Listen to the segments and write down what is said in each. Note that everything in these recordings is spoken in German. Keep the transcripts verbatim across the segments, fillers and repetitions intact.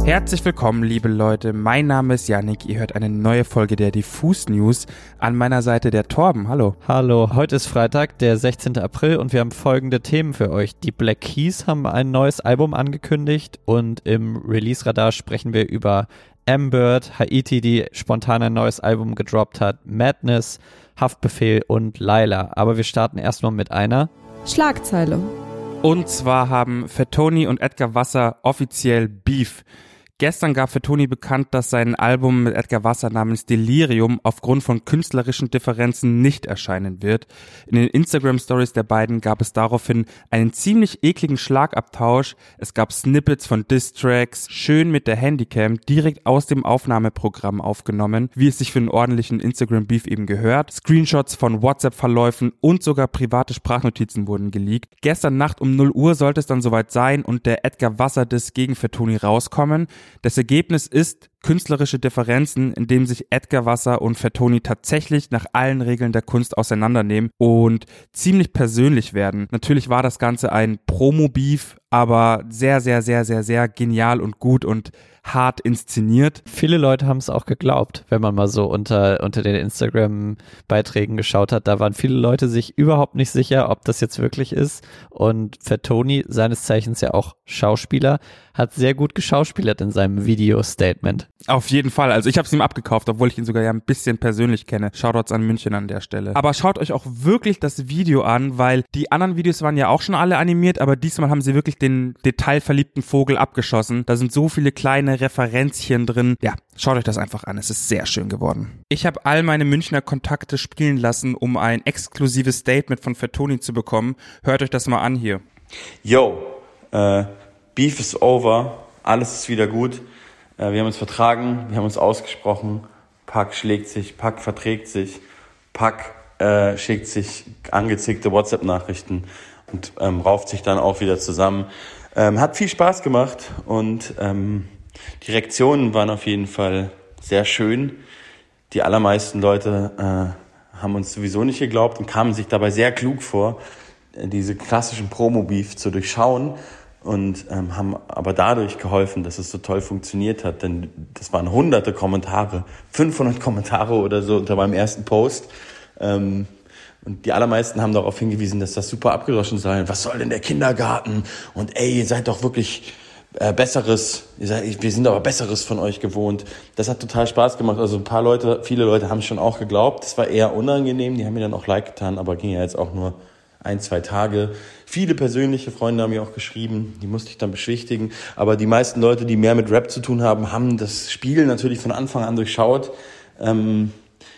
Herzlich willkommen, liebe Leute. Mein Name ist Yannick. Ihr hört eine neue Folge der Diffus News. An meiner Seite der Torben. Hallo. Hallo. Heute ist Freitag, der sechzehnten April und wir haben folgende Themen für euch. Die Black Keys haben ein neues Album angekündigt und im Release-Radar sprechen wir über M-Bird, Haiti, die spontan ein neues Album gedroppt hat, Madness, Haftbefehl und Laila. Aber wir starten erstmal mit einer Schlagzeile. Und zwar haben Fettoni und Edgar Wasser offiziell Beef. Gestern gab Fettoni bekannt, dass sein Album mit Edgar Wasser namens Delirium aufgrund von künstlerischen Differenzen nicht erscheinen wird. In den Instagram-Stories der beiden gab es daraufhin einen ziemlich ekligen Schlagabtausch. Es gab Snippets von Diss-Tracks, schön mit der Handycam, direkt aus dem Aufnahmeprogramm aufgenommen, wie es sich für einen ordentlichen Instagram-Beef eben gehört. Screenshots von WhatsApp-Verläufen und sogar private Sprachnotizen wurden geleakt. Gestern Nacht um null Uhr sollte es dann soweit sein und der Edgar Wasser-Diss gegen Fettoni rauskommen. Das Ergebnis ist künstlerische Differenzen, in dem sich Edgar Wasser und Fettoni tatsächlich nach allen Regeln der Kunst auseinandernehmen und ziemlich persönlich werden. Natürlich war das Ganze ein Promo-Beef, aber sehr, sehr, sehr, sehr, sehr genial und gut und hart inszeniert. Viele Leute haben es auch geglaubt, wenn man mal so unter, unter den Instagram-Beiträgen geschaut hat. Da waren viele Leute sich überhaupt nicht sicher, ob das jetzt wirklich ist. Und Fettoni, seines Zeichens ja auch Schauspieler, hat sehr gut geschauspielert in seinem Video-Statement. Auf jeden Fall. Also ich habe es ihm abgekauft, obwohl ich ihn sogar ja ein bisschen persönlich kenne. Shoutouts an München an der Stelle. Aber schaut euch auch wirklich das Video an, weil die anderen Videos waren ja auch schon alle animiert, aber diesmal haben sie wirklich den detailverliebten Vogel abgeschossen. Da sind so viele kleine Referenzchen drin. Ja, schaut euch das einfach an. Es ist sehr schön geworden. Ich habe all meine Münchner Kontakte spielen lassen, um ein exklusives Statement von Fettoni zu bekommen. Hört euch das mal an hier. Yo, äh, Beef is over. Alles ist wieder gut. Wir haben uns vertragen, wir haben uns ausgesprochen. Pack schlägt sich, Pack verträgt sich, Pack äh, schickt sich angezickte WhatsApp-Nachrichten und ähm, rauft sich dann auch wieder zusammen. Ähm, hat viel Spaß gemacht und ähm, die Reaktionen waren auf jeden Fall sehr schön. Die allermeisten Leute äh, haben uns sowieso nicht geglaubt und kamen sich dabei sehr klug vor, äh, diese klassischen Promo-Beef zu durchschauen. Und ähm, haben aber dadurch geholfen, dass es so toll funktioniert hat, denn das waren hunderte Kommentare, fünfhundert Kommentare oder so unter meinem ersten Post. Ähm, und die allermeisten haben darauf hingewiesen, dass das super abgedroschen sei. Was soll denn der Kindergarten? Und ey, ihr seid doch wirklich äh, Besseres, ihr seid, wir sind aber Besseres von euch gewohnt. Das hat total Spaß gemacht. Also ein paar Leute, viele Leute haben es schon auch geglaubt. Das war eher unangenehm, die haben mir dann auch Like getan, aber ging ja jetzt auch nur ein, zwei Tage. Viele persönliche Freunde haben mir auch geschrieben, die musste ich dann beschwichtigen. Aber die meisten Leute, die mehr mit Rap zu tun haben, haben das Spiel natürlich von Anfang an durchschaut, ähm,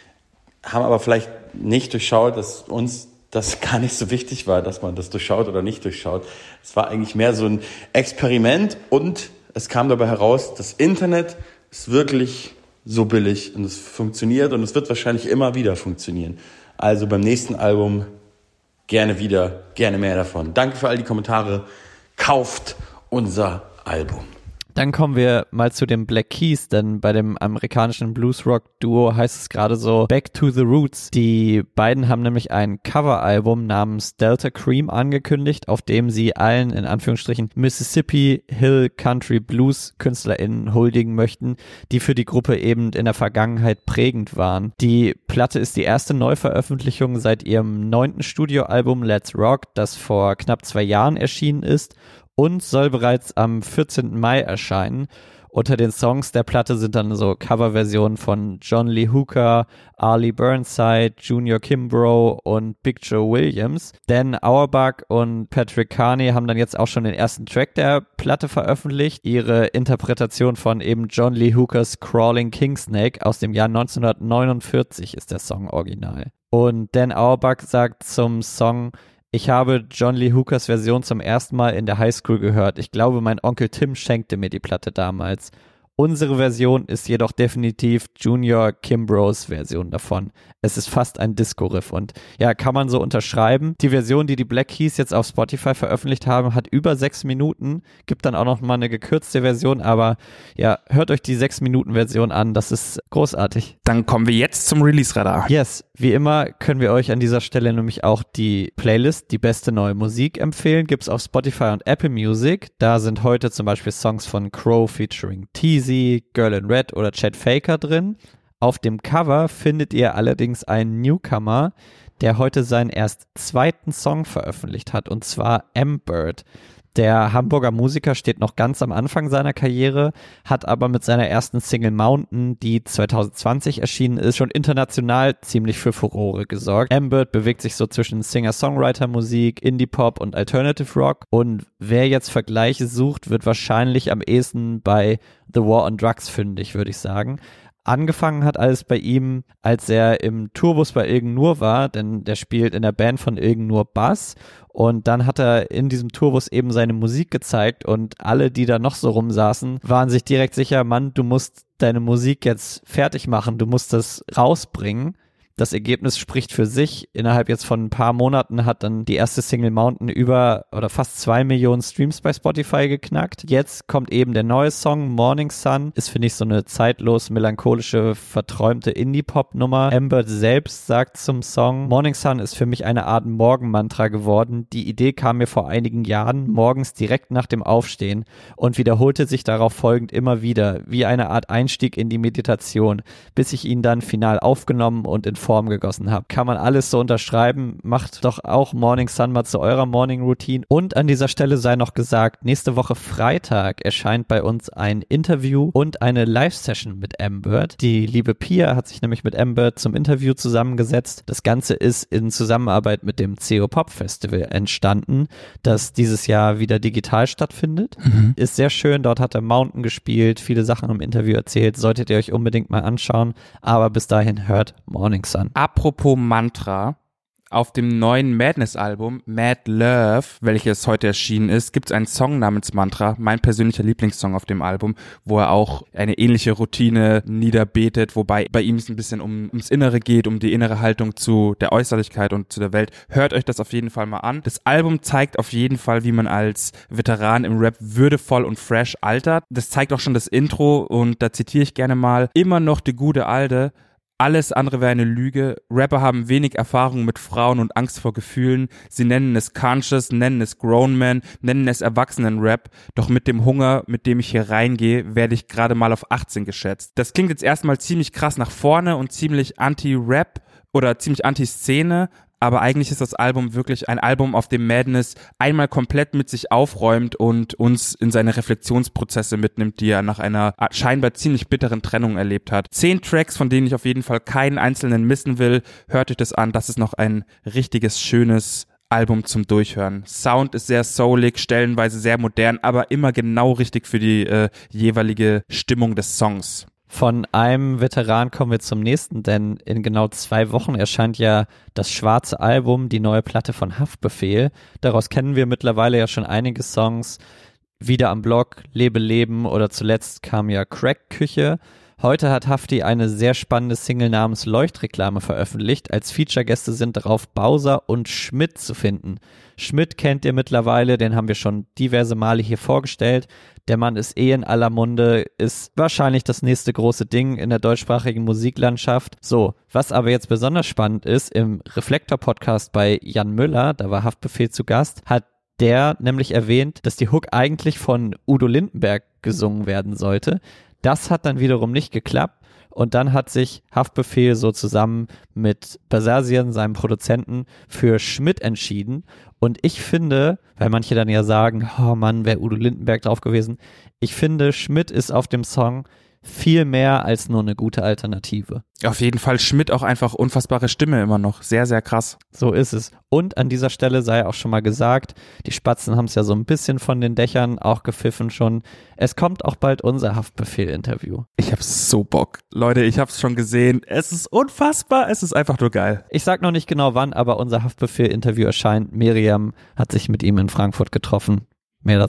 haben aber vielleicht nicht durchschaut, dass uns das gar nicht so wichtig war, dass man das durchschaut oder nicht durchschaut. Es war eigentlich mehr so ein Experiment und es kam dabei heraus, das Internet ist wirklich so billig und es funktioniert und es wird wahrscheinlich immer wieder funktionieren. Also beim nächsten Album gerne wieder, gerne mehr davon. Danke für all die Kommentare. Kauft unser Album. Dann kommen wir mal zu den Black Keys, denn bei dem amerikanischen Bluesrock-Duo heißt es gerade so Back to the Roots. Die beiden haben nämlich ein Coveralbum namens Delta Cream angekündigt, auf dem sie allen in Anführungsstrichen Mississippi Hill Country Blues KünstlerInnen huldigen möchten, die für die Gruppe eben in der Vergangenheit prägend waren. Die Platte ist die erste Neuveröffentlichung seit ihrem neunten Studioalbum Let's Rock, das vor knapp zwei Jahren erschienen ist und soll bereits am vierzehnten Mai erscheinen. Unter den Songs der Platte sind dann so Coverversionen von John Lee Hooker, Arlie Burnside, Junior Kimbrough und Big Joe Williams. Dan Auerbach und Patrick Carney haben dann jetzt auch schon den ersten Track der Platte veröffentlicht. Ihre Interpretation von eben John Lee Hookers Crawling Kingsnake aus dem Jahr neunzehnhundertneunundvierzig ist der Song original. Und Dan Auerbach sagt zum Song: Ich habe John Lee Hookers Version zum ersten Mal in der Highschool gehört. Ich glaube, mein Onkel Tim schenkte mir die Platte damals. Unsere Version ist jedoch definitiv Junior Kimbros Version davon. Es ist fast ein Disco-Riff und ja, kann man so unterschreiben. Die Version, die die Black Keys jetzt auf Spotify veröffentlicht haben, hat über sechs Minuten, gibt dann auch noch mal eine gekürzte Version, aber ja, hört euch die sechs Minuten Version an, das ist großartig. Dann kommen wir jetzt zum Release-Radar. Yes, wie immer können wir euch an dieser Stelle nämlich auch die Playlist, die beste neue Musik empfehlen, gibt's auf Spotify und Apple Music. Da sind heute zum Beispiel Songs von Crow featuring Teasy, Girl in Red oder Chet Faker drin. Auf dem Cover findet ihr allerdings einen Newcomer, der heute seinen erst zweiten Song veröffentlicht hat, und zwar M-Bird. Der Hamburger Musiker steht noch ganz am Anfang seiner Karriere, hat aber mit seiner ersten Single Mountain, die zwanzig zwanzig erschienen ist, schon international ziemlich für Furore gesorgt. M-Bird bewegt sich so zwischen Singer-Songwriter-Musik, Indie-Pop und Alternative Rock, und wer jetzt Vergleiche sucht, wird wahrscheinlich am ehesten bei The War on Drugs fündig, würde ich sagen. Angefangen hat alles bei ihm, als er im Tourbus bei Ilgen Nur war, denn der spielt in der Band von Ilgen Nur Bass, und dann hat er in diesem Tourbus eben seine Musik gezeigt und alle, die da noch so rumsaßen, waren sich direkt sicher, Mann, du musst deine Musik jetzt fertig machen, du musst das rausbringen. Das Ergebnis spricht für sich. Innerhalb jetzt von ein paar Monaten hat dann die erste Single Mountain über oder fast zwei Millionen Streams bei Spotify geknackt. Jetzt kommt eben der neue Song Morning Sun. Ist, finde ich, so eine zeitlos melancholische, verträumte Indie-Pop-Nummer. M-Bird selbst sagt zum Song: Morning Sun ist für mich eine Art Morgenmantra geworden. Die Idee kam mir vor einigen Jahren, morgens direkt nach dem Aufstehen, und wiederholte sich darauf folgend immer wieder, wie eine Art Einstieg in die Meditation, bis ich ihn dann final aufgenommen und in Form gegossen habe. Kann man alles so unterschreiben. Macht doch auch Morning Sun mal zu eurer Morning Routine. Und an dieser Stelle sei noch gesagt, nächste Woche Freitag erscheint bei uns ein Interview und eine Live-Session mit M-Bird. Die liebe Pia hat sich nämlich mit M-Bird zum Interview zusammengesetzt. Das Ganze ist in Zusammenarbeit mit dem C O Pop Festival entstanden, das dieses Jahr wieder digital stattfindet. Mhm. Ist sehr schön. Dort hat er Mountain gespielt, viele Sachen im Interview erzählt. Solltet ihr euch unbedingt mal anschauen. Aber bis dahin hört Morning Sun. Apropos Mantra, auf dem neuen Madness-Album Mad Love, welches heute erschienen ist, gibt es einen Song namens Mantra, mein persönlicher Lieblingssong auf dem Album, wo er auch eine ähnliche Routine niederbetet, wobei bei ihm es ein bisschen um, ums Innere geht, um die innere Haltung zu der Äußerlichkeit und zu der Welt. Hört euch das auf jeden Fall mal an. Das Album zeigt auf jeden Fall, wie man als Veteran im Rap würdevoll und fresh altert. Das zeigt auch schon das Intro, und da zitiere ich gerne mal: Immer noch die gute Alte. Alles andere wäre eine Lüge. Rapper haben wenig Erfahrung mit Frauen und Angst vor Gefühlen. Sie nennen es Conscious, nennen es Grown Man, nennen es Erwachsenen-Rap. Doch mit dem Hunger, mit dem ich hier reingehe, werde ich gerade mal auf achtzehn geschätzt. Das klingt jetzt erstmal ziemlich krass nach vorne und ziemlich anti-Rap oder ziemlich anti-Szene. Aber eigentlich ist das Album wirklich ein Album, auf dem Madness einmal komplett mit sich aufräumt und uns in seine Reflexionsprozesse mitnimmt, die er nach einer scheinbar ziemlich bitteren Trennung erlebt hat. Zehn Tracks, von denen ich auf jeden Fall keinen einzelnen missen will. Hört euch das an, das ist noch ein richtiges, schönes Album zum Durchhören. Sound ist sehr soulig, stellenweise sehr modern, aber immer genau richtig für die äh, jeweilige Stimmung des Songs. Von einem Veteran kommen wir zum nächsten, denn in genau zwei Wochen erscheint ja das schwarze Album, die neue Platte von Haftbefehl. Daraus kennen wir mittlerweile ja schon einige Songs. Wieder am Block, Lebe Leben oder zuletzt kam ja Crack-Küche. Heute hat Hafti eine sehr spannende Single namens Leuchtreklame veröffentlicht. Als Feature-Gäste sind darauf Bowser und Schmidt zu finden. Schmidt kennt ihr mittlerweile, den haben wir schon diverse Male hier vorgestellt. Der Mann ist eh in aller Munde, ist wahrscheinlich das nächste große Ding in der deutschsprachigen Musiklandschaft. So, was aber jetzt besonders spannend ist, im Reflektor-Podcast bei Jan Müller, da war Haftbefehl zu Gast, hat der nämlich erwähnt, dass die Hook eigentlich von Udo Lindenberg gesungen werden sollte. Das hat dann wiederum nicht geklappt. Und dann hat sich Haftbefehl so zusammen mit Basasian, seinem Produzenten, für Schmidt entschieden. Und ich finde, weil manche dann ja sagen, oh Mann, wäre Udo Lindenberg drauf gewesen. Ich finde, Schmidt ist auf dem Song viel mehr als nur eine gute Alternative. Auf jeden Fall Schmidt auch einfach unfassbare Stimme immer noch. Sehr, sehr krass. So ist es. Und an dieser Stelle sei auch schon mal gesagt, die Spatzen haben es ja so ein bisschen von den Dächern auch gepfiffen schon. Es kommt auch bald unser Haftbefehl-Interview. Ich hab so Bock. Leute, ich hab's schon gesehen. Es ist unfassbar. Es ist einfach nur geil. Ich sag noch nicht genau wann, aber unser Haftbefehl-Interview erscheint. Miriam hat sich mit ihm in Frankfurt getroffen. Mehr dazu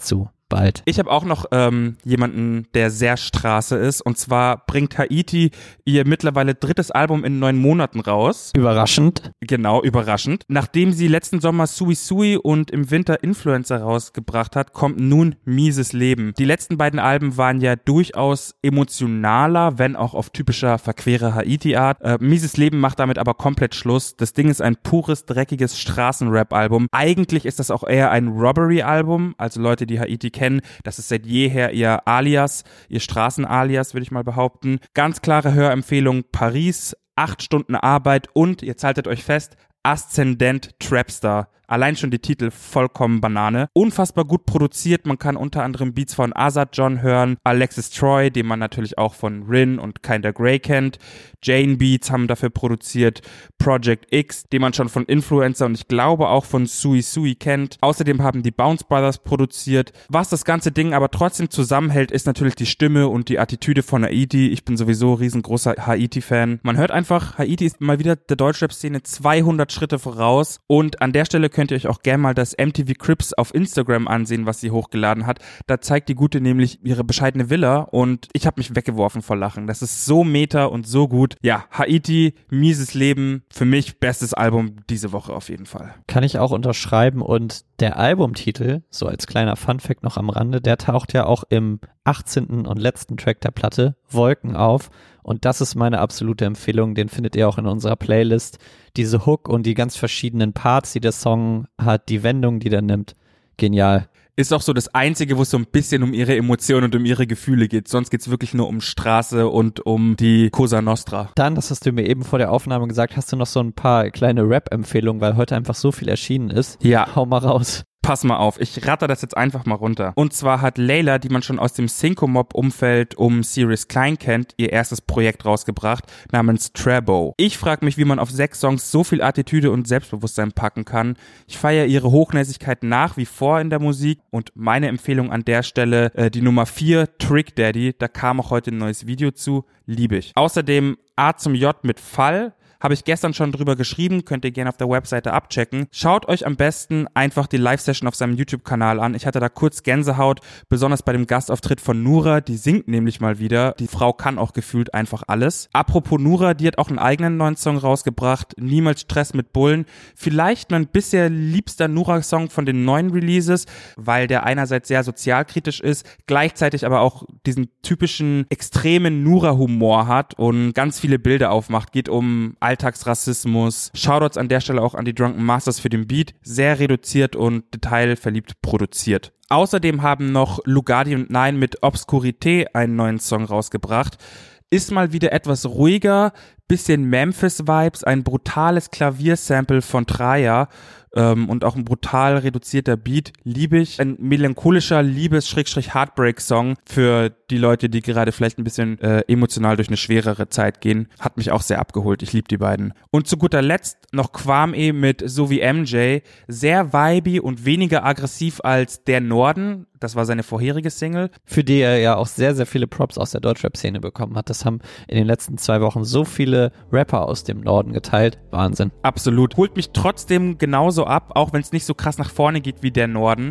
bald. Ich habe auch noch ähm, jemanden, der sehr Straße ist. Und zwar bringt Haiti ihr mittlerweile drittes Album in neun Monaten raus. Überraschend. Genau, überraschend. Nachdem sie letzten Sommer Sui Sui und im Winter Influencer rausgebracht hat, kommt nun Mieses Leben. Die letzten beiden Alben waren ja durchaus emotionaler, wenn auch auf typischer verquere Haiti-Art. Äh, Mieses Leben macht damit aber komplett Schluss. Das Ding ist ein pures, dreckiges Straßenrap-Album. Eigentlich ist das auch eher ein Robbery-Album, also Leute, die Haiti kennen, das ist seit jeher ihr Alias, ihr Straßen-Alias, würde ich mal behaupten. Ganz klare Hörempfehlung, Paris, acht Stunden Arbeit und, jetzt haltet euch fest, Aszendent Trapstar. Allein schon die Titel vollkommen Banane. Unfassbar gut produziert. Man kann unter anderem Beats von Azad John hören, Alexis Troy, den man natürlich auch von Rin und Kinda Grey kennt. Jane Beats haben dafür produziert. Project X, den man schon von Influencer und ich glaube auch von Sui Sui kennt. Außerdem haben die Bounce Brothers produziert. Was das ganze Ding aber trotzdem zusammenhält, ist natürlich die Stimme und die Attitüde von Haiti. Ich bin sowieso riesengroßer Haiti-Fan. Man hört einfach, Haiti ist mal wieder der Deutschrap-Szene zweihundert Schritte voraus und an der Stelle könnt ihr euch auch gerne mal das M T V Cribs auf Instagram ansehen, was sie hochgeladen hat. Da zeigt die Gute nämlich ihre bescheidene Villa und ich habe mich weggeworfen vor Lachen. Das ist so meta und so gut. Ja, Haiti, Mieses Leben, für mich bestes Album diese Woche auf jeden Fall. Kann ich auch unterschreiben und der Albumtitel, so als kleiner Funfact noch am Rande, der taucht ja auch im achtzehnten und letzten Track der Platte, Wolken, auf. Und das ist meine absolute Empfehlung, den findet ihr auch in unserer Playlist. Diese Hook und die ganz verschiedenen Parts, die der Song hat, die Wendung, die der nimmt, genial. Ist auch so das Einzige, wo es so ein bisschen um ihre Emotionen und um ihre Gefühle geht. Sonst geht's wirklich nur um Straße und um die Cosa Nostra. Dann, das hast du mir eben vor der Aufnahme gesagt, hast du noch so ein paar kleine Rap-Empfehlungen, weil heute einfach so viel erschienen ist. Ja. Hau mal raus. Pass mal auf, ich ratter das jetzt einfach mal runter. Und zwar hat Layla, die man schon aus dem Cinco-Mob-Umfeld um Sirius Klein kennt, ihr erstes Projekt rausgebracht, namens Trabo. Ich frage mich, wie man auf sechs Songs so viel Attitüde und Selbstbewusstsein packen kann. Ich feiere ihre Hochnäsigkeit nach wie vor in der Musik und meine Empfehlung an der Stelle, äh, die Nummer vier, Trick Daddy, da kam auch heute ein neues Video zu, liebe ich. Außerdem A zum J mit Fall. Habe ich gestern schon drüber geschrieben, könnt ihr gerne auf der Webseite abchecken. Schaut euch am besten einfach die Live-Session auf seinem YouTube-Kanal an. Ich hatte da kurz Gänsehaut, besonders bei dem Gastauftritt von Nura, die singt nämlich mal wieder. Die Frau kann auch gefühlt einfach alles. Apropos Nura, die hat auch einen eigenen neuen Song rausgebracht, Niemals Stress mit Bullen. Vielleicht mein bisher liebster Nura-Song von den neuen Releases, weil der einerseits sehr sozialkritisch ist, gleichzeitig aber auch diesen typischen extremen Nura-Humor hat und ganz viele Bilder aufmacht. Geht um Alltagsrassismus. Shoutouts an der Stelle auch an die Drunken Masters für den Beat. Sehr reduziert und detailverliebt produziert. Außerdem haben noch Lugardi und Nine mit Obscurité einen neuen Song rausgebracht. Ist mal wieder etwas ruhiger, bisschen Memphis-Vibes, ein brutales Klaviersample von Traya ähm, und auch ein brutal reduzierter Beat, liebe ich. Ein melancholischer Liebes-Heartbreak-Song für die Leute, die gerade vielleicht ein bisschen äh, emotional durch eine schwerere Zeit gehen. Hat mich auch sehr abgeholt, ich liebe die beiden. Und zu guter Letzt noch Kwame mit So wie M J, sehr vibey und weniger aggressiv als Der Norden. Das war seine vorherige Single. Für die er ja auch sehr, sehr viele Props aus der Deutschrap-Szene bekommen hat. Das haben in den letzten zwei Wochen so viele Rapper aus dem Norden geteilt. Wahnsinn. Absolut. Holt mich trotzdem genauso ab, auch wenn es nicht so krass nach vorne geht wie Der Norden,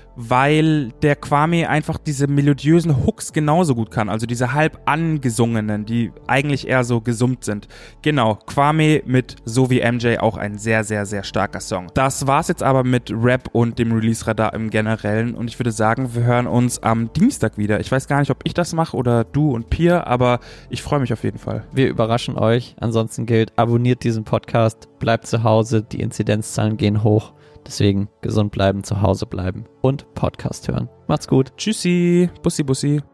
weil der Kwame einfach diese melodiösen Hooks genauso gut kann, also diese halb angesungenen, die eigentlich eher so gesummt sind. Genau, Kwame mit So wie M J, auch ein sehr, sehr, sehr starker Song. Das war's jetzt aber mit Rap und dem Release-Radar im Generellen und ich würde sagen, wir hören uns am Dienstag wieder. Ich weiß gar nicht, ob ich das mache oder du und Pier, aber ich freue mich auf jeden Fall. Wir überraschen euch. Ansonsten gilt, abonniert diesen Podcast, bleibt zu Hause, die Inzidenzzahlen gehen hoch. Deswegen gesund bleiben, zu Hause bleiben und Podcast hören. Macht's gut. Tschüssi. Bussi, bussi.